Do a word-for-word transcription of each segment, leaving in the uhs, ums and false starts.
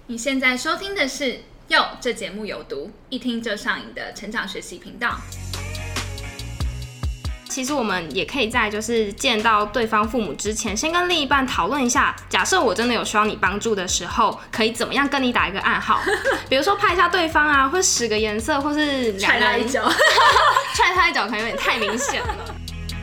你现在收听的是哟，这节目有毒，一听就上瘾的成长学习频道。 其实我们也可以在就是见到对方父母之前，先跟另一半讨论一下，假设我真的有需要你帮助的时候，可以怎么样跟你打一个暗号，比如说拍一下对方啊，或者使个颜色，或是踹他一脚， 踹他一脚可能有点太明显了。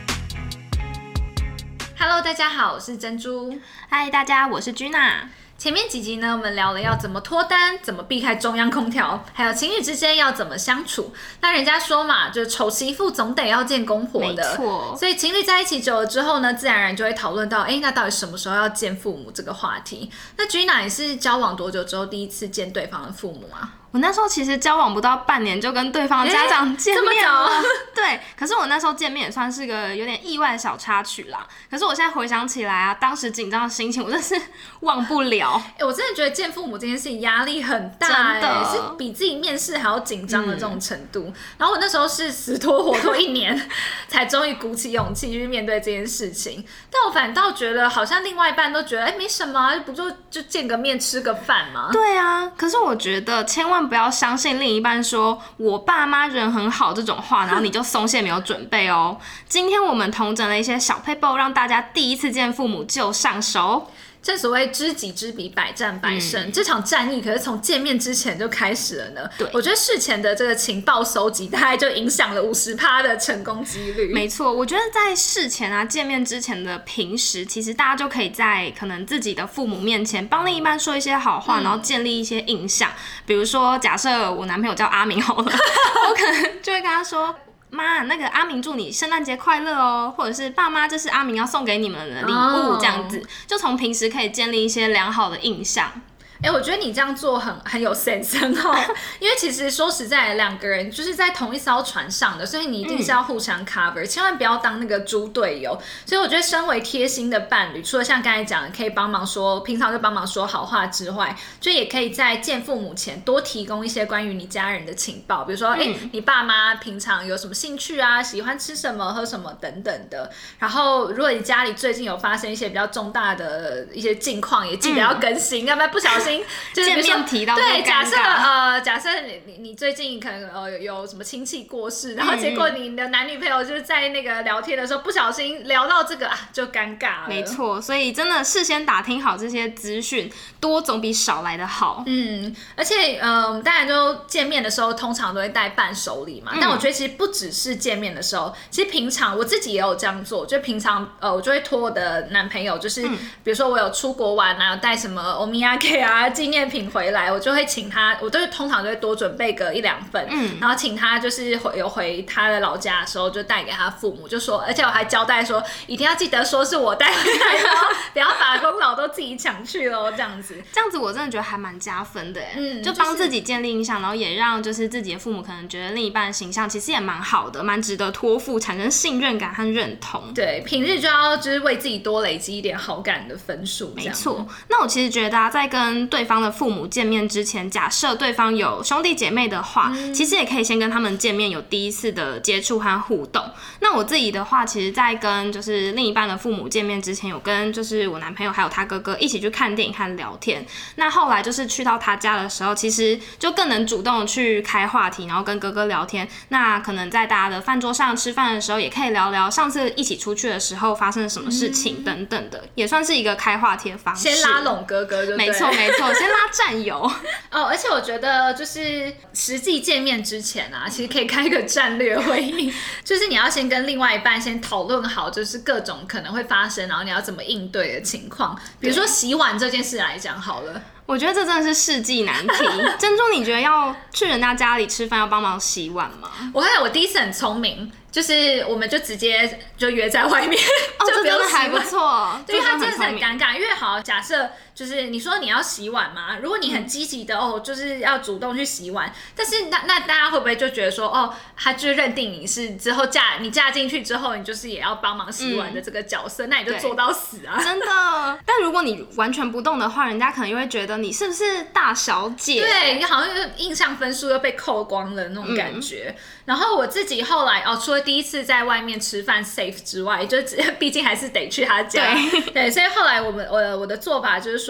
Hello， 大家好，我是珍珠。 嗨，大家，我是 Gina。 前面几集呢，我们聊了要怎么脱单，怎么避开中央空调，还有情侣之间要怎么相处。那人家说嘛，就是丑媳妇总得要见公婆的， 没错。 所以情侣在一起久了之后呢，自然而然就会讨论到，哎，那到底什么时候要见父母这个话题？那 Gina 也是交往多久之后第一次见对方的父母啊？ 我那时候其实交往不到半年就跟对方的家长见面了， 欸、 对。可是我那时候见面也算是个有点意外的小插曲啦。可是我现在回想起来啊，当时紧张的心情我真是忘不了。 哎、欸，我真的觉得见父母这件事情压力很大、欸， 真的是比自己面试还要紧张的这种程度、嗯。然后我那时候是死拖活拖一年，才终于鼓起勇气去面对这件事情。但我反倒觉得，好像另外一半都觉得，哎、欸，没什么、啊，不就就见个面吃个饭吗？ 对啊。可是我觉得千万不要相信另一半说我爸妈人很好这种话，然后你就松懈没有准备哦。今天我们统整了一些小撇步，让大家第一次见父母就上手。 正所谓知己知彼，百战百胜、嗯。这场战役可是从见面之前就开始了呢。 对， 我觉得事前的这个情报收集，大概就影响了 百分之五十 的成功几率。 没错，我觉得在事前啊，见面之前的平时，其实大家就可以在可能自己的父母面前帮另一半说一些好话，嗯、然后建立一些印象。比如说，假设我男朋友叫阿明好了，我可能就会跟他说。妈，那个阿明祝你圣诞节快乐哦，或者是爸妈，这是阿明要送给你们的礼物，这样子， oh. 就从平时可以建立一些良好的印象。 哎、欸，我觉得你这样做很很有 sense， 很好，因为其实说实在，两个人就是在同一艘船上的，所以你一定是要互相 cover，、嗯、千万不要当那个猪队友。所以我觉得，身为贴心的伴侣，除了像刚才讲的可以帮忙说，平常就帮忙说好话之外，就也可以在见父母前多提供一些关于你家人的情报，比如说，哎、嗯欸，你爸妈平常有什么兴趣啊，喜欢吃什么、喝什么等等的。然后，如果你家里最近有发生一些比较重大的一些境况，也记得要更新，嗯、要不然不小心。就是见面提到对，假设呃，假设你你你最近可能呃有有什么亲戚过世，然后结果你的男女朋友就是在那个聊天的时候不小心聊到这个啊，就尴尬了。 没错，所以真的事先打听好这些资讯，多总比少来的好。 嗯，而且呃，我们当然就见面的时候通常都会带伴手礼嘛、嗯，但我觉得其实不只是见面的时候，其实平常我自己也有这样做，就平常呃我就会托我的男朋友，就是、嗯、比如说我有出国玩啊，带什么欧米亚给啊。纪念品回来，我就会请他，我都是通常都会多准备个一两份，嗯，然后请他就是回有回他的老家的时候，就带给他父母，就说，而且我还交代说，一定要记得说是我带回来的，不要把功劳都自己抢去咯，这样子， 这样子我真的觉得还蛮加分的，嗯，就帮自己建立印象，然后也让就是自己的父母可能觉得另一半的形象其实也蛮好的，蛮值得托付，产生信任感和认同。 对，平日就要就是为自己多累积一点好感的分数， 没错。那我其实觉得啊，在跟对方的父母见面之前，假设对方有兄弟姐妹的话、嗯、其实也可以先跟他们见面，有第一次的接触和互动。那我自己的话，其实在跟就是另一半的父母见面之前，有跟就是我男朋友还有他哥哥一起去看电影和聊天。那后来就是去到他家的时候，其实就更能主动的去开话题，然后跟哥哥聊天。那可能在大家的饭桌上吃饭的时候，也可以聊聊上次一起出去的时候发生了什么事情等等的、嗯、也算是一个开话题的方式。 先拉拢哥哥就对了， 没错没错，先拉战友哦，而且我觉得就是实际见面之前啊，其实可以开一个战略会议，就是你要先跟另外一半先讨论好，就是各种可能会发生，然后你要怎么应对的情况。比如说洗碗这件事来讲好了。 我觉得这真的是世纪难题。珍珠，你觉得要去人家家里吃饭要帮忙洗碗吗？ 我看我第一次很聪明，就是我们就直接就约在外面， 哦， 就不用洗碗， 这真的还不错。 对，因为他真的是很尴尬。因为好，假设就是你说你要洗碗嘛，如果你很积极的、嗯、哦，就是要主动去洗碗，但是那那大家会不会就觉得说，哦，他就认定你是之后嫁你嫁进去之后，你就是也要帮忙洗碗的这个角色，嗯、那你就做到死啊！ 真的。但如果你完全不动的话，人家可能又会觉得你是不是大小姐？ 对，你好像印象分数又被扣光了那种感觉。嗯、然后我自己后来哦，除了第一次在外面吃饭 safe 之外，就毕竟还是得去他家，对，对，所以后来我们我我的做法就是说，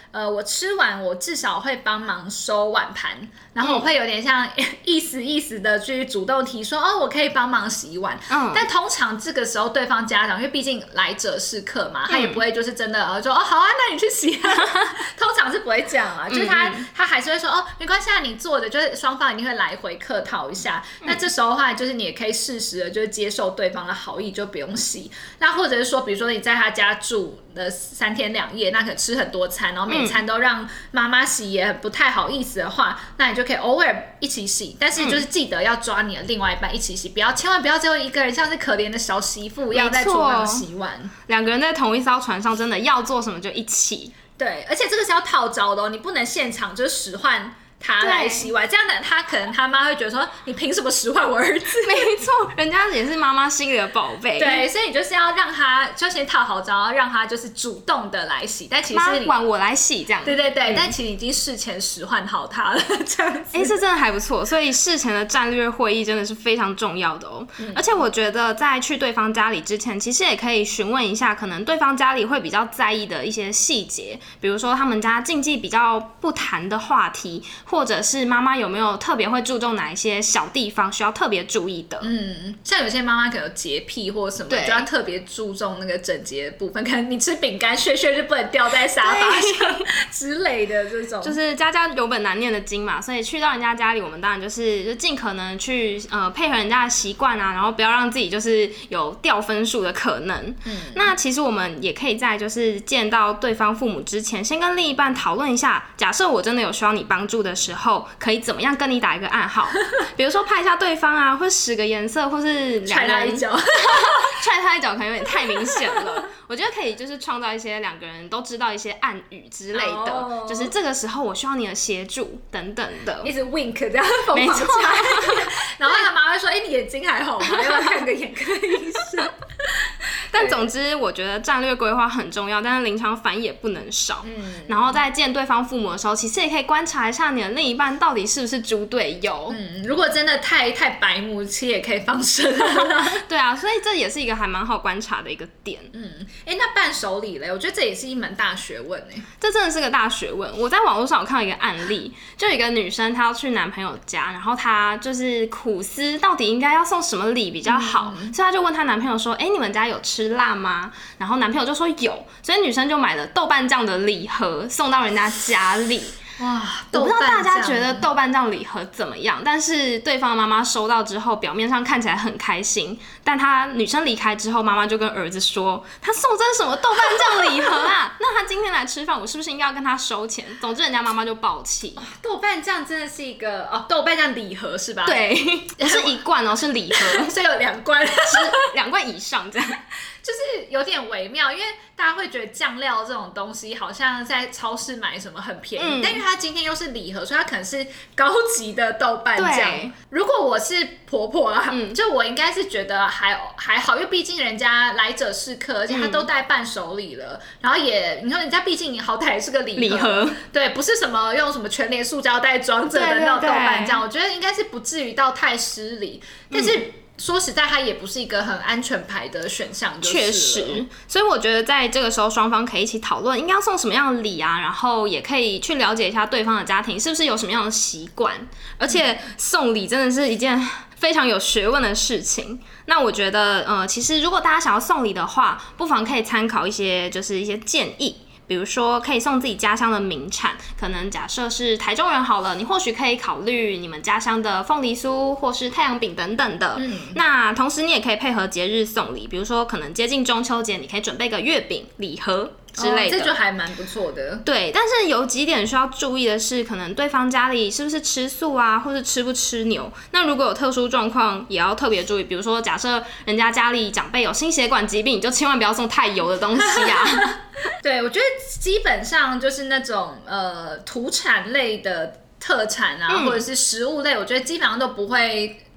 呃，我吃完我至少会帮忙收碗盘，然后我会有点像意思意思的去主动提说，哦，我可以帮忙洗碗。嗯，但通常这个时候对方家长，因为毕竟来者是客嘛，他也不会就是真的呃说，哦，好啊，那你去洗啊。通常是不会这样啊，就是他他还是会说，哦，没关系啊，你坐着，就是双方一定会来回客套一下。嗯、那这时候的话，就是你也可以适时的，就是接受对方的好意，就不用洗。那或者是说，比如说你在他家住了三天两夜，那可能吃很多餐，然后每餐都让妈妈洗，也不太好意思的话，那你就可以偶尔一起洗，但是就是记得要抓你的另外一半一起洗，不要千万不要只有一个人像是可怜的小媳妇一样在厨房洗碗。 两个人在同一艘船上，真的要做什么就一起。 对，而且这个是要套招的哦，你不能现场就是使唤他来洗碗，这样的他可能他妈会觉得说，你凭什么使唤我儿子？ 没错，人家也是妈妈心里的宝贝。 对，所以你就是要让他就先套好招，让他就是主动的来洗，但其实你碗我来洗这样。 对对对，嗯、但其实已经事前使唤好他了，这样子。 哎、欸，这真的还不错，所以事前的战略会议真的是非常重要的哦。嗯、而且我觉得在去对方家里之前，其实也可以询问一下，可能对方家里会比较在意的一些细节，比如说他们家禁忌比较不谈的话题。或者是妈妈有没有特别会注重哪一些小地方需要特别注意的？ 嗯，像有些妈妈可能有洁癖或什么，就要特别注重那个整洁的部分。可能你吃饼干屑屑就不能掉在沙发上之类的这种。 就是家家有本难念的经嘛，所以去到人家家里，我们当然就是就尽可能去呃配合人家的习惯啊，然后不要让自己就是有掉分数的可能。嗯，那其实我们也可以在就是见到对方父母之前，先跟另一半讨论一下，假设我真的有需要你帮助的时候，可以怎么样跟你打一个暗号，比如说拍一下对方啊，或使个颜色，或是踹他一脚， 踹他一脚可能有点太明显了。我觉得可以就是创造一些两个人都知道一些暗语之类的， oh. 就是这个时候我需要你的协助等等的， 一直 wink 这样疯狂掐，然后他妈会说：“哎、欸，你眼睛还好吗？要不要看个眼科医生？” 但总之，我觉得战略规划很重要，但是临场反应也不能少。嗯，然后在见对方父母的时候，其实也可以观察一下你的另一半到底是不是猪队友。 嗯，如果真的太太白目，其实也可以放生。 对啊，所以这也是一个还蛮好观察的一个点。 嗯，哎、欸，那伴手礼嘞，我觉得这也是一门大学问哎。 这真的是个大学问。我在网络上有看到一个案例，就有一个女生她要去男朋友家，然后她就是苦思到底应该要送什么礼比较好，嗯、所以她就问她男朋友说：“哎、欸，你们家有吃辣吗？”然后男朋友就说有，所以女生就买了豆瓣酱的礼盒送到人家家里。哇，我不知道大家觉得豆瓣酱礼盒怎么样，但是对方的妈妈收到之后，表面上看起来很开心，但她女生离开之后，妈妈就跟儿子说，她送这是什么豆瓣酱礼盒啊？那她今天来吃饭，我是不是应该要跟她收钱？总之，人家妈妈就爆气。 豆瓣酱真的是一个哦，豆瓣酱礼盒是吧？ 对，不是一罐哦，是礼盒， 所以有两罐， 是两罐以上这样。 就是有点微妙，因为大家会觉得酱料这种东西好像在超市买什么很便宜，嗯、但因为它今天又是礼盒，所以它可能是高级的豆瓣酱。如果我是婆婆啊，嗯、就我应该是觉得还还好，因为毕竟人家来者是客，而且他都带伴手礼了，嗯、然后也你说人家毕竟你好歹也是个礼盒， 礼盒对，不是什么用什么全联塑胶袋装着的那种豆瓣酱，我觉得应该是不至于到太失礼，但是。嗯说实在，它也不是一个很安全牌的选项，确实。所以我觉得在这个时候，双方可以一起讨论应该要送什么样的礼啊，然后也可以去了解一下对方的家庭是不是有什么样的习惯。而且送礼真的是一件非常有学问的事情。那我觉得，呃，其实如果大家想要送礼的话，不妨可以参考一些就是一些建议。比如说可以送自己家乡的名产，可能假设是台中人好了，你或许可以考虑你们家乡的凤梨酥或是太阳饼等等的。嗯，那同时你也可以配合节日送礼，比如说可能接近中秋节，你可以准备个月饼礼盒之类的， 哦，这就还蛮不错的。 对，但是有几点需要注意的是，可能对方家里是不是吃素啊，或是吃不吃牛。那如果有特殊状况，也要特别注意。比如说，假设人家家里长辈有心血管疾病，你就千万不要送太油的东西啊。 对，我觉得基本上就是那种呃土产类的特产啊，嗯、或者是食物类，我觉得基本上都不会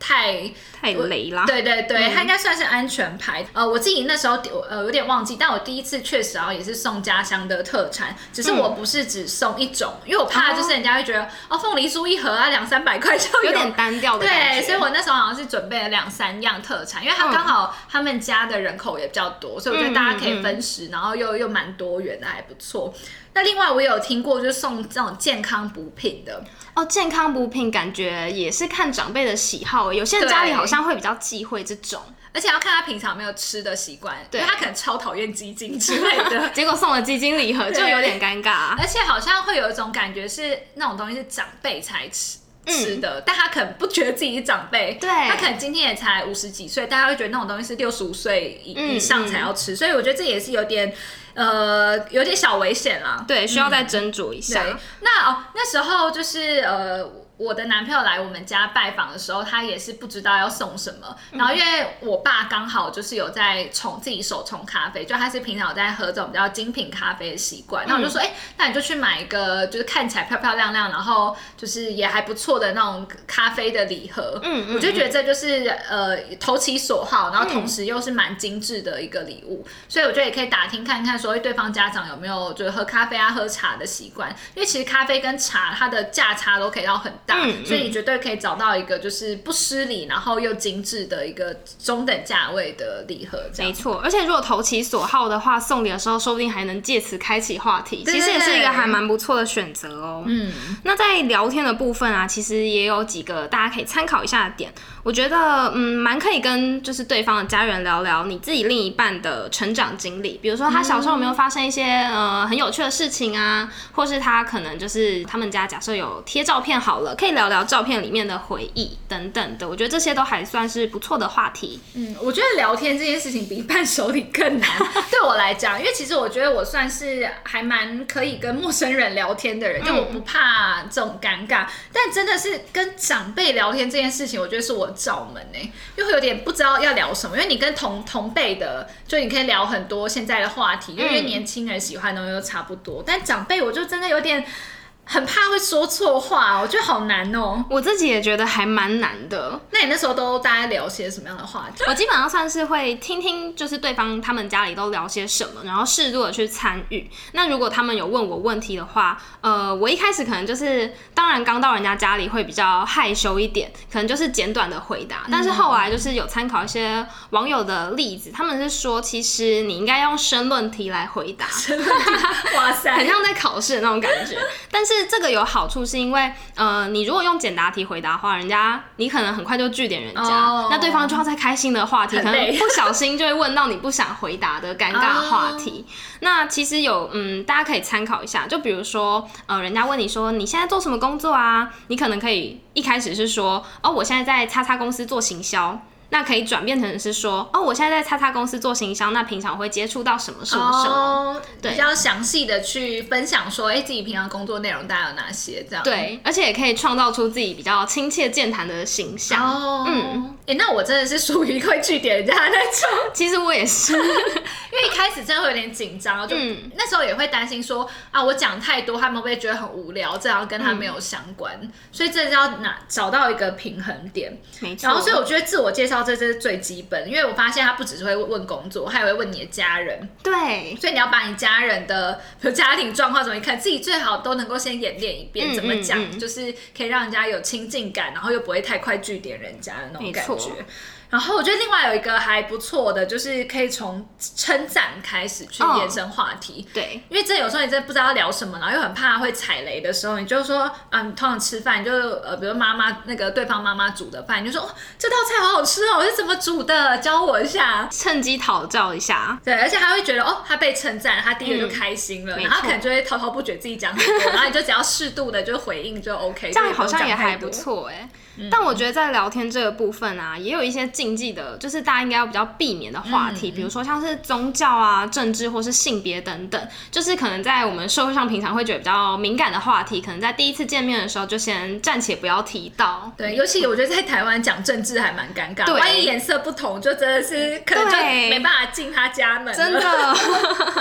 太太雷啦。 对对对， 嗯、 它应该算是安全牌。呃，我自己那时候呃有点忘记，但我第一次确实啊也是送家乡的特产，只是我不是只送一种，嗯、因为我怕就是人家会觉得哦凤梨酥一盒啊两三百块就有， 有点单调的感觉。 对，所以我那时候好像是准备了两三样特产，因为它刚好他们家的人口也比较多，所以我觉得大家可以分食，嗯嗯嗯然后又又蛮多元的，还不错。那另外我有听过，就是送这种健康补品的哦，健康补品感觉也是看长辈的喜好，有些人家里好像会比较忌讳这种， 而且要看他平常没有吃的习惯，对，因为他可能超讨厌鸡精之类的， 结果送了鸡精礼盒就有点尴尬。 而且好像会有一种感觉是那种东西是长辈才吃。吃的，嗯、但他可能不觉得自己是长辈， 对， 他可能今天也才五十几岁，大家会觉得那种东西是六十五岁以上才要吃，嗯嗯所以我觉得这也是有点呃有点小危险啦， 对，需要再斟酌一下。 嗯、那哦那时候就是呃。我的男朋友来我们家拜访的时候，他也是不知道要送什么。然后因为我爸刚好就是有在冲自己手冲咖啡，就他是平常有在喝这种比较精品咖啡的习惯。那我就说，哎、欸，那你就去买一个就是看起来漂漂亮亮，然后就是也还不错的那种咖啡的礼盒。嗯, 嗯, 嗯我就觉得这就是呃投其所好，然后同时又是蛮精致的一个礼物。嗯、所以我觉得也可以打听看看，说对方家长有没有就是喝咖啡啊、喝茶的习惯，因为其实咖啡跟茶它的价差都可以到很大。嗯，所以你绝对可以找到一个就是不失礼，然后又精致的一个中等价位的礼盒。 没错，而且如果投其所好的话，送礼的时候说不定还能借此开启话题，其实也是一个还蛮不错的选择哦。嗯，那在聊天的部分啊，其实也有几个大家可以参考一下的点。我觉得嗯，蛮可以跟就是对方的家人聊聊你自己另一半的成长经历，比如说他小时候有没有发生一些、嗯、呃很有趣的事情啊，或是他可能就是他们家假设有贴照片好了，可以聊聊照片里面的回忆等等的，我觉得这些都还算是不错的话题。 嗯，我觉得聊天这件事情比伴手礼更难，对我来讲，因为其实我觉得我算是还蛮可以跟陌生人聊天的人，就我不怕这种尴尬，但真的是跟长辈聊天这件事情，我觉得是我罩门哎、欸，又会有点不知道要聊什么，因为你跟同同辈的，就你可以聊很多现在的话题，因为年轻人喜欢的东西都差不多，但长辈我就真的有点。很怕会说错话，我觉得好难哦、喔。 我自己也觉得还蛮难的。 那你那时候都大概聊些什么样的话题？ 我基本上算是会听听，就是对方他们家里都聊些什么，然后适度的去参与。那如果他们有问我问题的话，呃，我一开始可能就是，当然刚到人家家里会比较害羞一点，可能就是简短的回答。但是后来就是有参考一些网友的例子，他们是说，其实你应该用申论题来回答。 申论题，哇塞， 很像在考试的那种感觉。但是这个有好处是因为，呃，你如果用简答题回答的话，人家你可能很快就句点人家， oh, 那对方就要再开新的话题，可能不小心就会问到你不想回答的尴尬的话题。Oh. 那其实有，嗯，大家可以参考一下，就比如说，呃，人家问你说你现在做什么工作啊？你可能可以一开始是说，哦，我现在在叉叉公司做行销。那可以转变成是说，哦，我现在在叉叉公司做行销，那平常会接触到什么什么什么，哦、对， 比较详细的去分享说，哎、欸，自己平常工作内容大概有哪些这样。 对，而且也可以创造出自己比较亲切健谈的形象。 哦，嗯，哎、欸，那我真的是属于会句点人家的那种。 其实我也是，因为一开始真的会有点紧张，就、嗯、那时候也会担心说，啊，我讲太多，他们会不会觉得很无聊？这样跟他没有相关，嗯、所以这就要拿找到一个平衡点。 没错。 然后，所以我觉得自我介绍。这这是最基本，因为我发现他不只是会问工作，还会问你的家人。 对， 所以你要把你家人的比如家庭状况怎么看，自己最好都能够先演练一遍，嗯、怎么讲，嗯嗯、就是可以让人家有亲近感，然后又不会太快句点人家的那种感觉。然后我觉得另外有一个还不错的，就是可以从称赞开始去延伸话题。 Oh, 对， 因为真的有时候你真的不知道要聊什么，然后又很怕会踩雷的时候，你就说啊，你通常吃饭，你就呃，比如妈妈那个对方妈妈煮的饭，你就说、哦、这道菜好好吃哦，是怎么煮的？教我一下， 趁机讨教一下。 对，而且他会觉得哦，他被称赞，他第一个就开心了，嗯、然后他可能就会滔滔不绝自己讲很多，然后你就只要适度的就回应就 OK。 这样好像也还不错哎。嗯、但我觉得在聊天这个部分啊，也有一些禁忌的，就是大家应该要比较避免的话题，嗯、比如说像是宗教啊、政治或是性别等等，就是可能在我们社会上平常会觉得比较敏感的话题，可能在第一次见面的时候就先暂且不要提到。 对，尤其我觉得在台湾讲政治还蛮尴尬，万一颜色不同，就真的是可能就没办法进他家门了。 真的。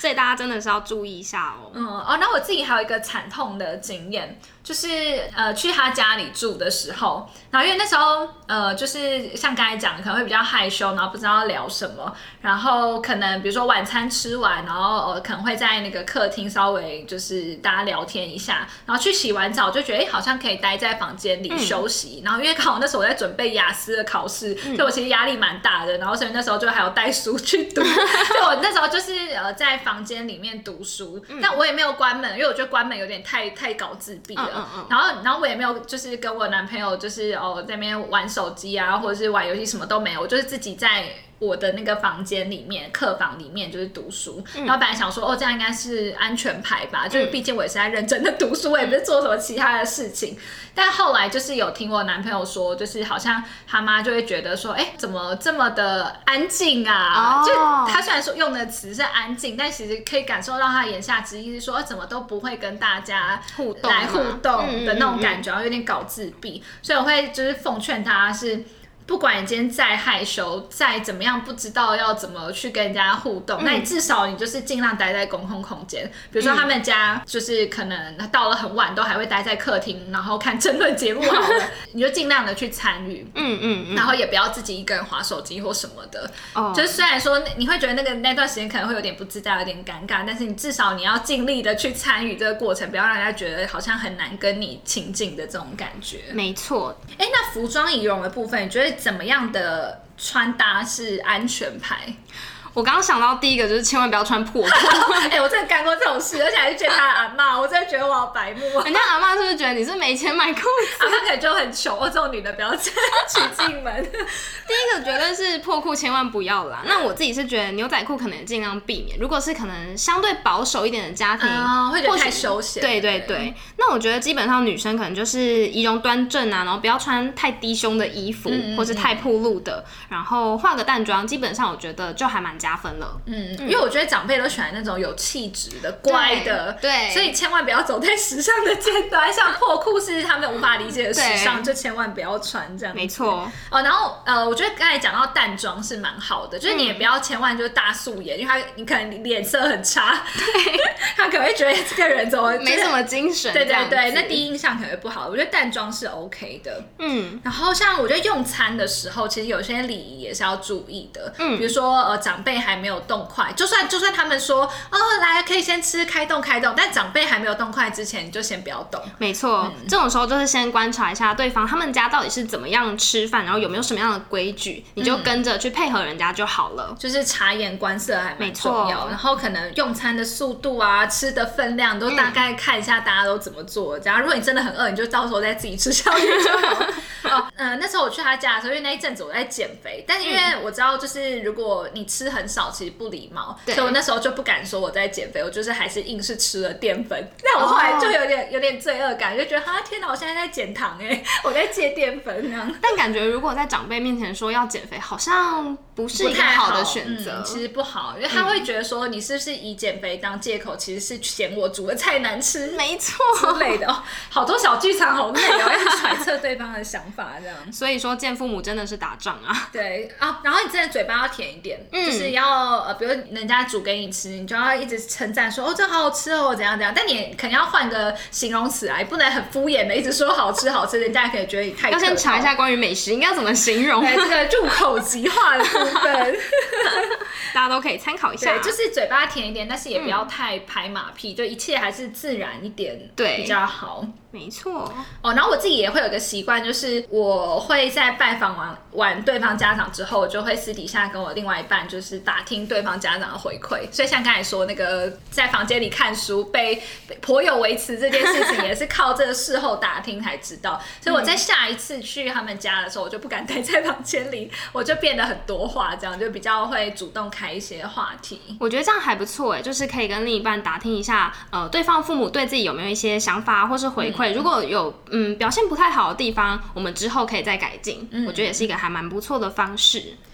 所以大家真的是要注意一下哦。 嗯哦，那我自己还有一个惨痛的经验，就是呃去他家里住的时候，然后因为那时候呃就是像刚才讲的，可能会比较害羞，然后不知道要聊什么，然后可能比如说晚餐吃完，然后呃可能会在那个客厅稍微就是大家聊天一下，然后去洗完澡就觉得哎好像可以待在房间里休息，嗯、然后因为刚好那时候我在准备雅思的考试，嗯、所以我其实压力蛮大的，然后所以那时候就还有带书去读，所以我那时候就是呃在房间里面读书，嗯、但我也没有关门，因为我觉得关门有点太太搞自闭了，嗯嗯嗯然后然后我也没有就是跟我男朋友就是哦在那边玩手机啊，或者是玩游戏什么都没有，我就是自己在我的那个房间里面客房里面就是读书，嗯、然后本来想说哦这样应该是安全牌吧，嗯、就是毕竟我也是在认真的读书，我也不是做什么其他的事情。但后来就是有听我男朋友说，就是好像他妈就会觉得说，哎，怎么这么的安静啊？哦、就他虽然说用的词是安静，但其实可以感受到他言下之意是说，怎么都不会跟大家互动来互动的那种感觉，然后有点搞自闭。所以我会就是奉劝他是。不管你今天再害羞，再怎么样不知道要怎么去跟人家互动，嗯、那你至少你就是尽量待在公共空间。比如说他们家就是可能到了很晚都还会待在客厅，然后看争论节目好了，你就尽量的去参与，嗯嗯嗯，然后也不要自己一个人滑手机或什么的。哦，就是虽然说你会觉得那个那段时间可能会有点不自在，有点尴尬，但是你至少你要尽力的去参与这个过程，不要让人家觉得好像很难跟你亲近的这种感觉。 没错。 哎，那服装仪容的部分，你觉得怎么样的穿搭是安全牌？ 我刚刚想到第一个就是千万不要穿破裤。 哎、欸，我真的干过这种事，而且还是见他的阿嬷，我真的觉得我好白目。 人家阿嬷是不是觉得你是没钱买裤子？ 阿嬷可能就很穷，我这种女的不要娶进门。 第一个绝对是破裤，千万不要啦。那我自己是觉得牛仔裤可能尽量避免。如果是可能相对保守一点的家庭， 嗯、会觉得太休闲。 对对对。那我觉得基本上女生可能就是仪容端正啊，然后不要穿太低胸的衣服，嗯嗯嗯或是太暴露的，然后化个淡妆，基本上我觉得就还蛮加分了。 嗯，因为我觉得长辈都喜欢那种有气质的、乖的， 对， 所以千万不要走在时尚的尖端，像破裤是他们无法理解的时尚，就千万不要穿这样。 没错。 哦，然后呃，我觉得刚才讲到淡妆是蛮好的，就是你也不要千万就是大素颜，因为他你可能脸色很差，对，他可能会觉得这个人怎么没什么精神， 对对对，那第一印象可能会不好。我觉得淡妆是 OK 的，嗯。然后像我觉得用餐的时候，其实有些礼仪也是要注意的，嗯，比如说呃长辈还没有动筷，就算就算他们说哦来可以先吃开动开动，但长辈还没有动筷之前，你就先不要动。 没错，嗯、这种时候就是先观察一下对方他们家到底是怎么样吃饭，然后有没有什么样的规矩，你就跟着去配合人家就好了。 嗯、就是察言观色还蛮重要，然后可能用餐的速度啊、吃的分量都大概看一下大家都怎么做。假如如果你真的很饿，你就到时候再自己吃宵夜就好。哦，呃，那时候我去他家的时候，因为那一阵子我在减肥，但是因为我知道就是如果你吃很少，其实不礼貌，所以我那时候就不敢说我在减肥，我就是还是硬是吃了淀粉。但我后来就有点有点罪恶感，就觉得啊天哪，我现在在减糖哎、欸，我在戒淀粉那样。 但感觉如果在长辈面前说要减肥，好像不是一个好的选择、 嗯，其实不好，因为他会觉得说你是不是以减肥当借口，其实是嫌我煮的菜难吃， 没错之类的。哦，好多小剧场好累哦，要揣测对方的想法这样。 所以说见父母真的是打仗啊。 对啊，然后你真的嘴巴要甜一点，嗯、就是要呃，比如人家煮给你吃，你就要一直称赞说哦这好好吃哦怎样怎样，但你可能要换个形容词啊，你不能很敷衍的一直说好吃好吃，人家可能觉得你太客套。 要先查一下关于美食应该要怎么形容， 对这个入口即化的部分， 大家都可以参考一下。 对，就是嘴巴甜一点，但是也不要太拍马屁，嗯、就一切还是自然一点，对比较好。 没错哦，然后我自己也会有个习惯，就是我会在拜访完完对方家长之后，我就会私底下跟我另外一半就是打听对方家长的回馈。所以像刚才说那个在房间里看书被颇有微词这件事情，也是靠这个事后打听才知道。所以我在下一次去他们家的时候，我就不敢待在房间里，我就变得很多话，这样就比较会主动开一些话题。 我觉得这样还不错哎，就是可以跟另一半打听一下，呃，对方父母对自己有没有一些想法或是回馈。嗯如果有嗯表现不太好的地方，我们之后可以再改进。嗯、我觉得也是一个还蛮不错的方式。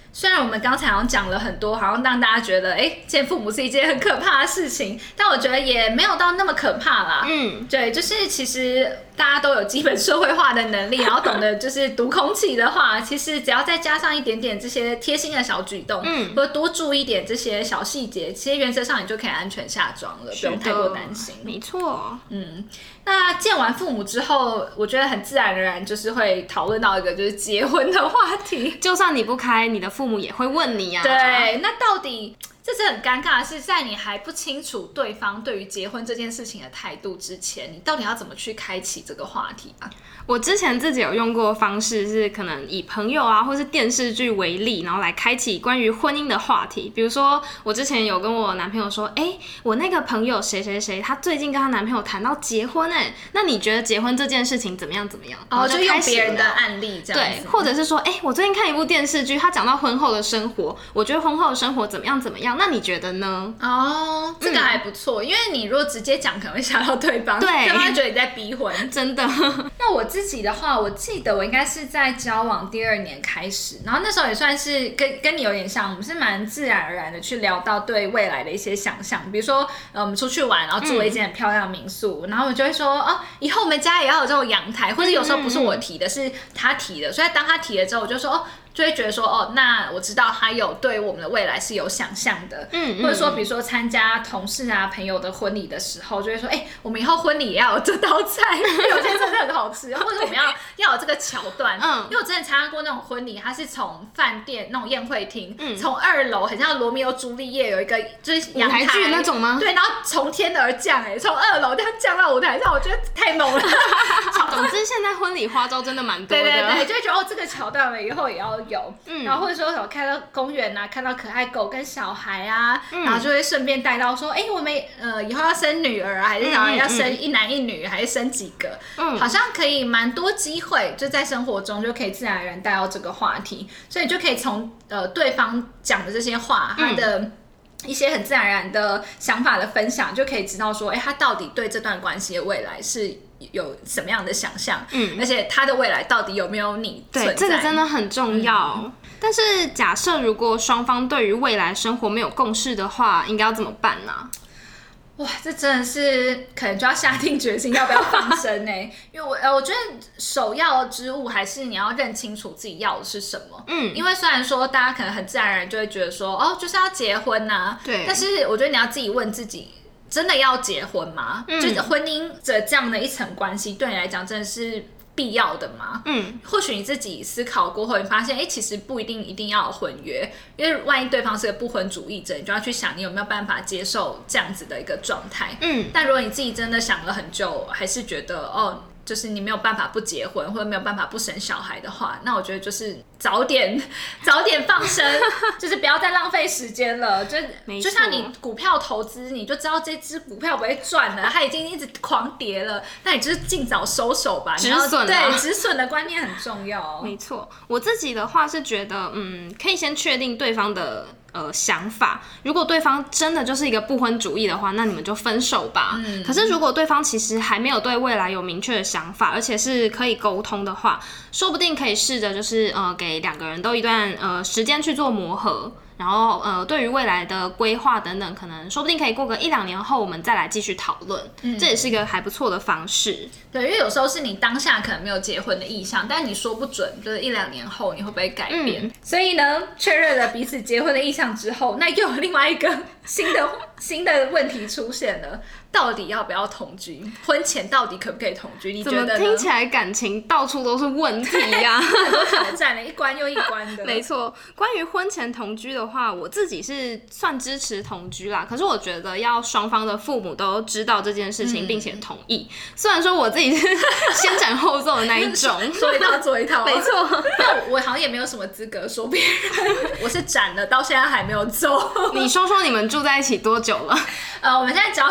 虽然我们刚才好像讲了很多，好像让大家觉得，哎、欸，见父母是一件很可怕的事情，但我觉得也没有到那么可怕啦。嗯，对，就是其实大家都有基本社会化的能力，然后懂得就是读空气的话，其实只要再加上一点点这些贴心的小举动，嗯，或者多注意一点这些小细节，其实原则上你就可以安全下庄了，不用太过担心。 没错， 嗯。那见完父母之后，我觉得很自然而然就是会讨论到一个就是结婚的话题。 就算你不开，你的父母也会问你啊。 对，那到底这是很尴尬的是，在你还不清楚对方对于结婚这件事情的态度之前，你到底要怎么去开启这个话题啊？ 我之前自己有用过的方式是，可能以朋友啊，或是电视剧为例，然后来开启关于婚姻的话题。比如说，我之前有跟我男朋友说，哎、欸，我那个朋友谁谁谁，她最近跟她男朋友谈到结婚、欸，哎，那你觉得结婚这件事情怎么样？怎么样？ 哦，就用别人的案例这样子。 对，或者是说，哎、欸，我最近看一部电视剧，他讲到婚后的生活，我觉得婚后的生活怎么样怎么样？那你觉得呢？ 哦，这个还不错、嗯，因为你如果直接讲，可能会吓到对方， 对， 对方会觉得你在逼婚， 真的。 那我自己的话，我记得我应该是在交往第二年开始，然后那时候也算是跟跟你有点像，我们是蛮自然而然的去聊到对未来的一些想象，比如说呃我们出去玩，然后住了一间很漂亮的民宿，嗯、然后我就会说哦，以后我们家也要有这种阳台，或者有时候不是我提的，是他提的，所以当他提了之后，我就说哦。就会觉得说哦，那我知道他有对我们的未来是有想象的，嗯，或者说比如说参加同事啊朋友的婚礼的时候，就会说哎、欸，我们以后婚礼也要有这道菜，有些真的很好吃，或者我们要要有这个桥段，嗯，因为我之前参加过那种婚礼，它是从饭店那种宴会厅，嗯，从二楼很像罗密欧朱丽叶有一个就是阳台舞台剧那种吗？ 对，然后从天而降，哎，从二楼这样降到舞台上，我觉得太猛了。 总之现在婚礼花招真的蛮多的， 对对对，就会觉得哦，这个桥段了以后也要有，嗯，然后或者说有看到公园啊，看到可爱狗跟小孩啊，嗯、然后就会顺便带到说，哎、欸，我们呃以后要生女儿啊，还是想要生一男一女，还是生几个？嗯，好像可以蛮多机会，就在生活中就可以自然而然带到这个话题，所以就可以从呃对方讲的这些话，他的一些很自然而然的想法的分享，就可以知道说，哎、欸，他到底对这段关系的未来是有什么样的想象，嗯，而且他的未来到底有没有你存在？ 对，这个真的很重要。嗯、但是假设如果双方对于未来生活没有共识的话，应该要怎么办呢、啊？ 哇，这真的是可能就要下定决心要不要放生呢、欸？因为我呃，我觉得首要之务还是你要认清楚自己要的是什么。嗯，因为虽然说大家可能很自然而然就会觉得说，哦，就是要结婚呐、啊，对，但是我觉得你要自己问自己。真的要结婚吗？嗯、就是婚姻的这样的一层关系，对你来讲真的是必要的吗？嗯，或许你自己思考过后，你发现，哎、欸，其实不一定一定要有婚约，因为万一对方是个不婚主义者，你就要去想你有没有办法接受这样子的一个状态。嗯，但如果你自己真的想了很久，还是觉得哦。就是你没有办法不结婚，或者没有办法不生小孩的话，那我觉得就是早点早点放生，就是不要再浪费时间了。就就像你股票投资，你就知道这支股票不会赚了，它已经一直狂跌了，那你就是尽早收手吧。 止损、啊， 对，止损的观念很重要。 没错，我自己的话是觉得，嗯，可以先确定对方的。呃，想法，如果对方真的就是一个不婚主义的话，那你们就分手吧。嗯、可是如果对方其实还没有对未来有明确的想法，而且是可以沟通的话，说不定可以试着就是呃，给两个人都一段呃时间去做磨合。然后呃，对于未来的规划等等，可能说不定可以过个一两年后，我们再来继续讨论。嗯，这也是一个还不错的方式。 对，因为有时候是你当下可能没有结婚的意向，但你说不准，就是一两年后你会不会改变？嗯、所以呢，确认了彼此结婚的意向之后，那又有另外一个新的新的问题出现了。到底要不要同居？婚前到底可不可以同居？你觉得呢？ 怎么听起来感情到处都是问题呀、啊？ 很多挑战了，一关又一关的。 没错，关于婚前同居的话，我自己是算支持同居啦。可是我觉得要双方的父母都知道这件事情，嗯、并且同意。虽然说我自己是先斩后奏的那一种， 说一套做一套。 没错， 那我好像也没有什么资格说别人。我是斩了，到现在还没有奏。 你说说你们住在一起多久了？ 呃，我们现在交往六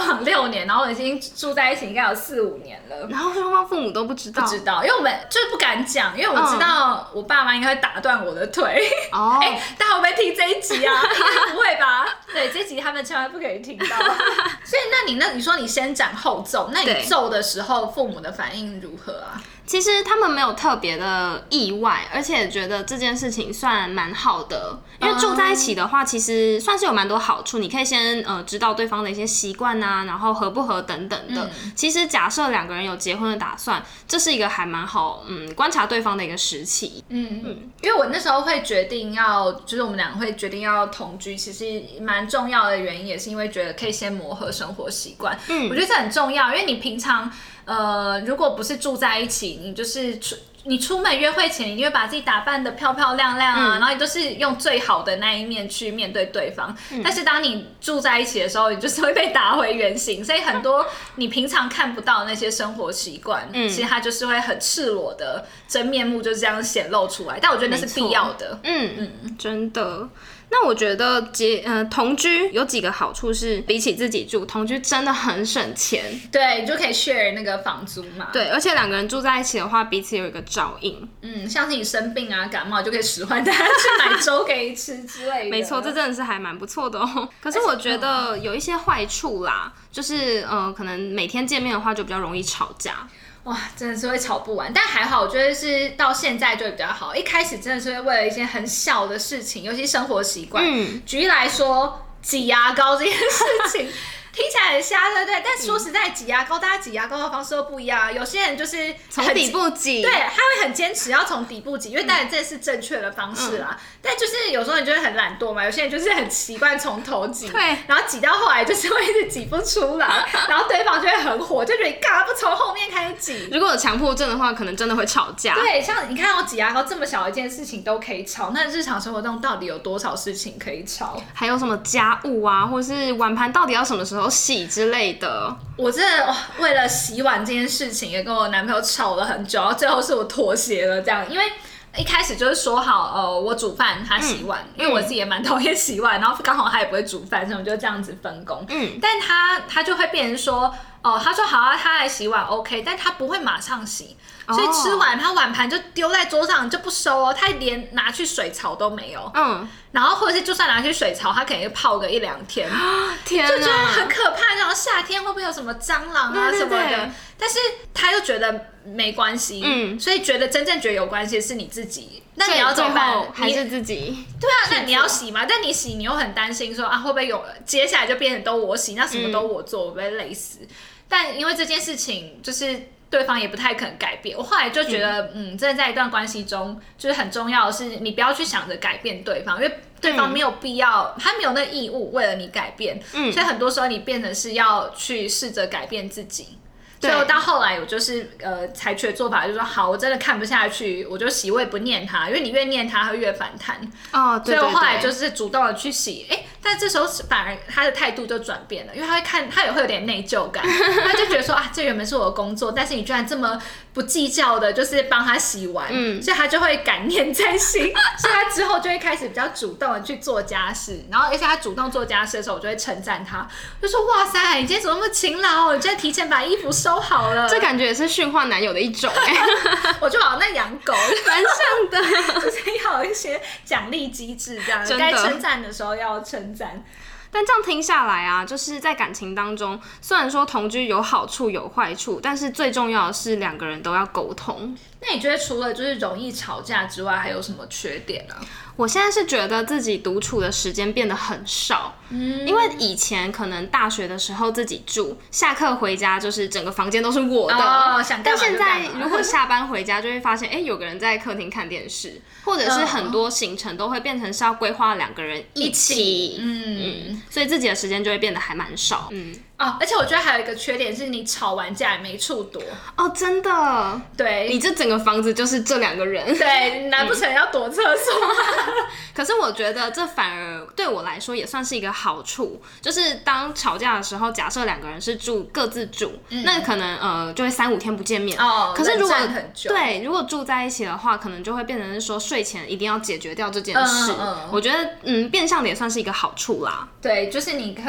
六年，然后已经住在一起应该有四五年了， 然后双方父母都不知道， 不知道，因为我们就是不敢讲，因为我知道我爸妈应该会打断我的腿。 哦， 哎、大家会不会听这一集啊？应该不会吧？对，这一集他们千万不可以听到。所以，那你那你说你先斩后奏，那你奏的时候父母的反应如何啊？ 其实他们没有特别的意外，而且觉得这件事情算蛮好的，因为住在一起的话，其实算是有蛮多好处。你可以先呃知道对方的一些习惯啊，然后合不合等等的。嗯、其实假设两个人有结婚的打算，这是一个还蛮好嗯观察对方的一个时期。嗯嗯，因为我那时候会决定要，就是我们两个会决定要同居，其实蛮重要的原因也是因为觉得可以先磨合生活习惯。嗯，我觉得这很重要，因为你平常。呃，如果不是住在一起，你就是出你出门约会前，你会把自己打扮得漂漂亮亮啊，嗯、然后你都是用最好的那一面去面对对方。嗯、但是当你住在一起的时候，你就是会被打回原形，所以很多你平常看不到的那些生活习惯，嗯、其实它就是会很赤裸的真面目就这样显露出来。但我觉得那是必要的。 嗯嗯，真的。那我觉得结呃同居有几个好处是，比起自己住，同居真的很省钱。 对，你就可以 share 那个房租嘛。 对，而且两个人住在一起的话，彼此有一个照应。 嗯，像是你生病啊、感冒，就可以使唤大家去买粥给你吃之类的。 没错，这真的是还蛮不错的哦。可是我觉得有一些坏处啦，就是呃，可能每天见面的话，就比较容易吵架。 哇，真的是会吵不完，但还好，我觉得是到现在就会比较好。一开始真的是会为了一些很小的事情，尤其生活习惯，嗯，举例来说，挤牙膏这件事情。听起来很瞎，对不对？但说实在，挤牙膏，大家挤牙膏的方式都不一样。有些人就是从底部挤， 对，他会很坚持要从底部挤，因为当然这是正确的方式啦。嗯、但就是有时候你就会很懒惰嘛，有些人就是很习惯从头挤， 对， 然后挤到后来就是会一直挤不出来，然后对方就会很火，就觉得你干嘛不从后面开始挤？ 如果有强迫症的话，可能真的会吵架。 对，像你看到挤牙膏这么小一件事情都可以吵，那日常生活中到底有多少事情可以吵？ 还有什么家务啊，或是碗盘到底要什么时候洗之类的。 我真的、哦、为了洗碗这件事情也跟我男朋友吵了很久，然后最后是我妥协了这样，因为一开始就是说好，呃，我煮饭，他洗碗，嗯、因为我自己也蛮讨厌洗碗，然后刚好他也不会煮饭，所以我们就这样子分工。嗯，但他他就会变成说，哦、呃，他说好啊，他来洗碗 OK， 但他不会马上洗。所以吃完，他碗盘就丢在桌上就不收哦，他连拿去水槽都没有。嗯，然后或者是就算拿去水槽，他可能泡个一两天， 天哪， 就觉得很可怕。然后夏天会不会有什么蟑螂啊什么的？对对对，但是他又觉得没关系，嗯，所以觉得真正觉得有关系的是你自己。那你要怎么办？ 还是自己？ 对啊，那你要洗嘛？但你洗，你又很担心说啊，会不会有接下来就变成都我洗，那什么都我做，我会累死。但因为这件事情就是。对方也不太肯改变，我后来就觉得，嗯，真的在一段关系中，就是很重要的是，你不要去想着改变对方，因为对方没有必要，嗯、他没有那个义务为了你改变，嗯，所以很多时候你变成是要去试着改变自己。所以我到后来，我就是呃采取的做法，就是说好，我真的看不下去，我就洗，我也不念他，因为你越念他，他会越反弹。哦，对对对。所以我后来就是主动的去洗，哎，但这时候反而他的态度就转变了，因为他会看，他也会有点内疚感，他就觉得说啊，这原本是我的工作，但是你居然这么不计较的，就是帮他洗完，嗯，所以他就会感念在心，所以他之后就会开始比较主动的去做家事，然后而且他主动做家事的时候，我就会称赞他，就说哇塞，你今天怎么那么勤劳，你今天提前把衣服收。收好了， 这感觉也是驯化男友的一种哎、 欸，我就好像在养狗， 蛮像的， 就是要有一些奖励机制，这样该称赞的时候要称赞。 但这样听下来啊，就是在感情当中，虽然说同居有好处有坏处，但是最重要的是两个人都要沟通。 那你觉得除了就是容易吵架之外，还有什么缺点呢？ 我现在是觉得自己独处的时间变得很少，嗯，因为以前可能大学的时候自己住，下课回家就是整个房间都是我的， 哦，想干嘛就干嘛。但现在如果下班回家，就会发现，哎、欸，有个人在客厅看电视，或者是很多行程都会变成是要规划两个人一起，嗯嗯，所以自己的时间就会变得还蛮少，嗯。 哦，而且我觉得还有一个缺点是你吵完架也没处躲哦，真的， 对， 你这整个房子就是这两个人， 对，难不成要躲厕所？ 可是我觉得这反而对我来说也算是一个好处，就是当吵架的时候，假设两个人是住各自住，嗯、那可能呃就会三五天不见面哦。 可是如果很久对，如果住在一起的话，可能就会变成是说睡前一定要解决掉这件事。嗯嗯、我觉得嗯，变相的也算是一个好处啦。 对，就是你可以。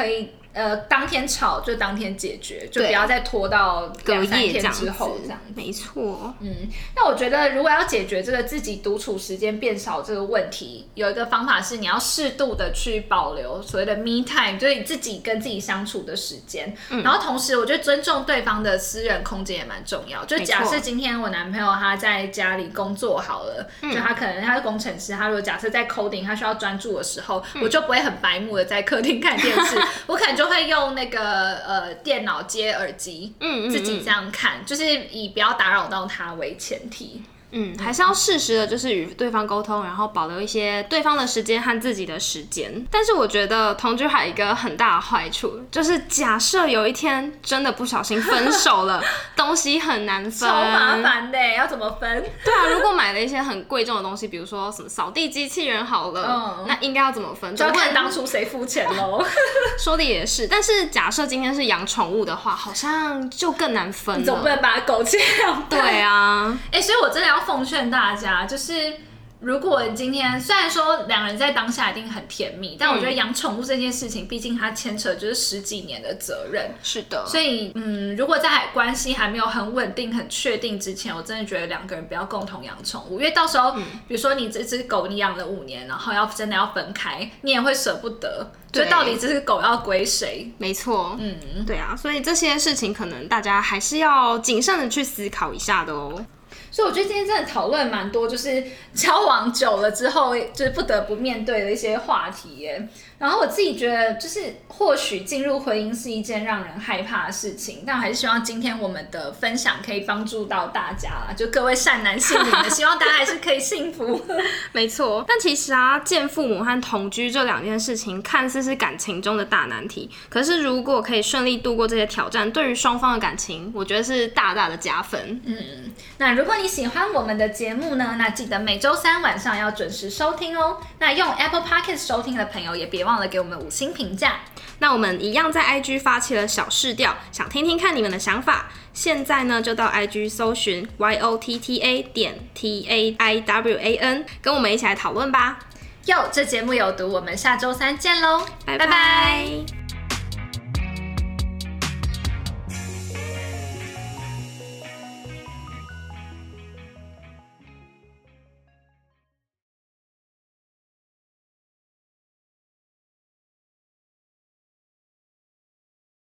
呃，当天吵就当天解决，就不要再拖到两三天之后这样。 没错， 嗯，那我觉得如果要解决这个自己独处时间变少这个问题，有一个方法是你要适度的去保留所谓的 me time， 就是你自己跟自己相处的时间。嗯、然后同时，我觉得尊重对方的私人空间也蛮重要。就假设今天我男朋友他在家里工作好了，嗯、就他可能他是工程师，他如果假设在 coding 他需要专注的时候，嗯、我就不会很白目的在客厅看电视，我可能就会用那个呃电脑接耳机，嗯嗯嗯自己这样看，就是以不要打扰到他为前提。 嗯，还是要适时的，就是与对方沟通，然后保留一些对方的时间和自己的时间。但是我觉得同居还有一个很大的坏处，就是假设有一天真的不小心分手了，东西很难分， 超麻烦的，要怎么分？ 对啊，如果买了一些很贵重的东西，比如说什么扫地机器人好了，嗯、那应该要怎么分？ 就要看当初谁付钱喽。 说的也是，但是假设今天是养宠物的话，好像就更难分了。 你总不能把狗切两半。 对啊， 哎、欸，所以我真的要奉劝大家，就是如果今天虽然说两人在当下一定很甜蜜，但我觉得养宠物这件事情，毕竟它牵扯就是十几年的责任。 是的， 所以嗯，如果在关系还没有很稳定、很确定之前，我真的觉得两个人不要共同养宠物，因为到时候，嗯、比如说你这只狗你养了五年，然后要真的要分开，你也会舍不得。就到底这只狗要归谁？ 没错，嗯，对啊，所以这些事情可能大家还是要谨慎的去思考一下的哦。 所以我觉得今天真的讨论蛮多，就是交往久了之后，就是不得不面对的一些话题耶。然后我自己觉得，就是或许进入婚姻是一件让人害怕的事情，但我还是希望今天我们的分享可以帮助到大家啦，就各位善男信女们，希望大家还是可以幸福。 没错，但其实啊，见父母和同居这两件事情，看似是感情中的大难题，可是如果可以顺利度过这些挑战，对于双方的感情，我觉得是大大的加分。 嗯，那如果你喜欢我们的节目呢，那记得每周三晚上要准时收听哦。那用 Apple Podcast 收听的朋友也别忘了给我们五星评价。 那我们一样在 I G 发起了小市调，想听听看你们的想法。现在呢，就到 I G 搜寻 Y O T T A 点 T A I W A N， 跟我们一起来讨论吧。 哟，这节目有毒，我们下周三见喽， 拜拜。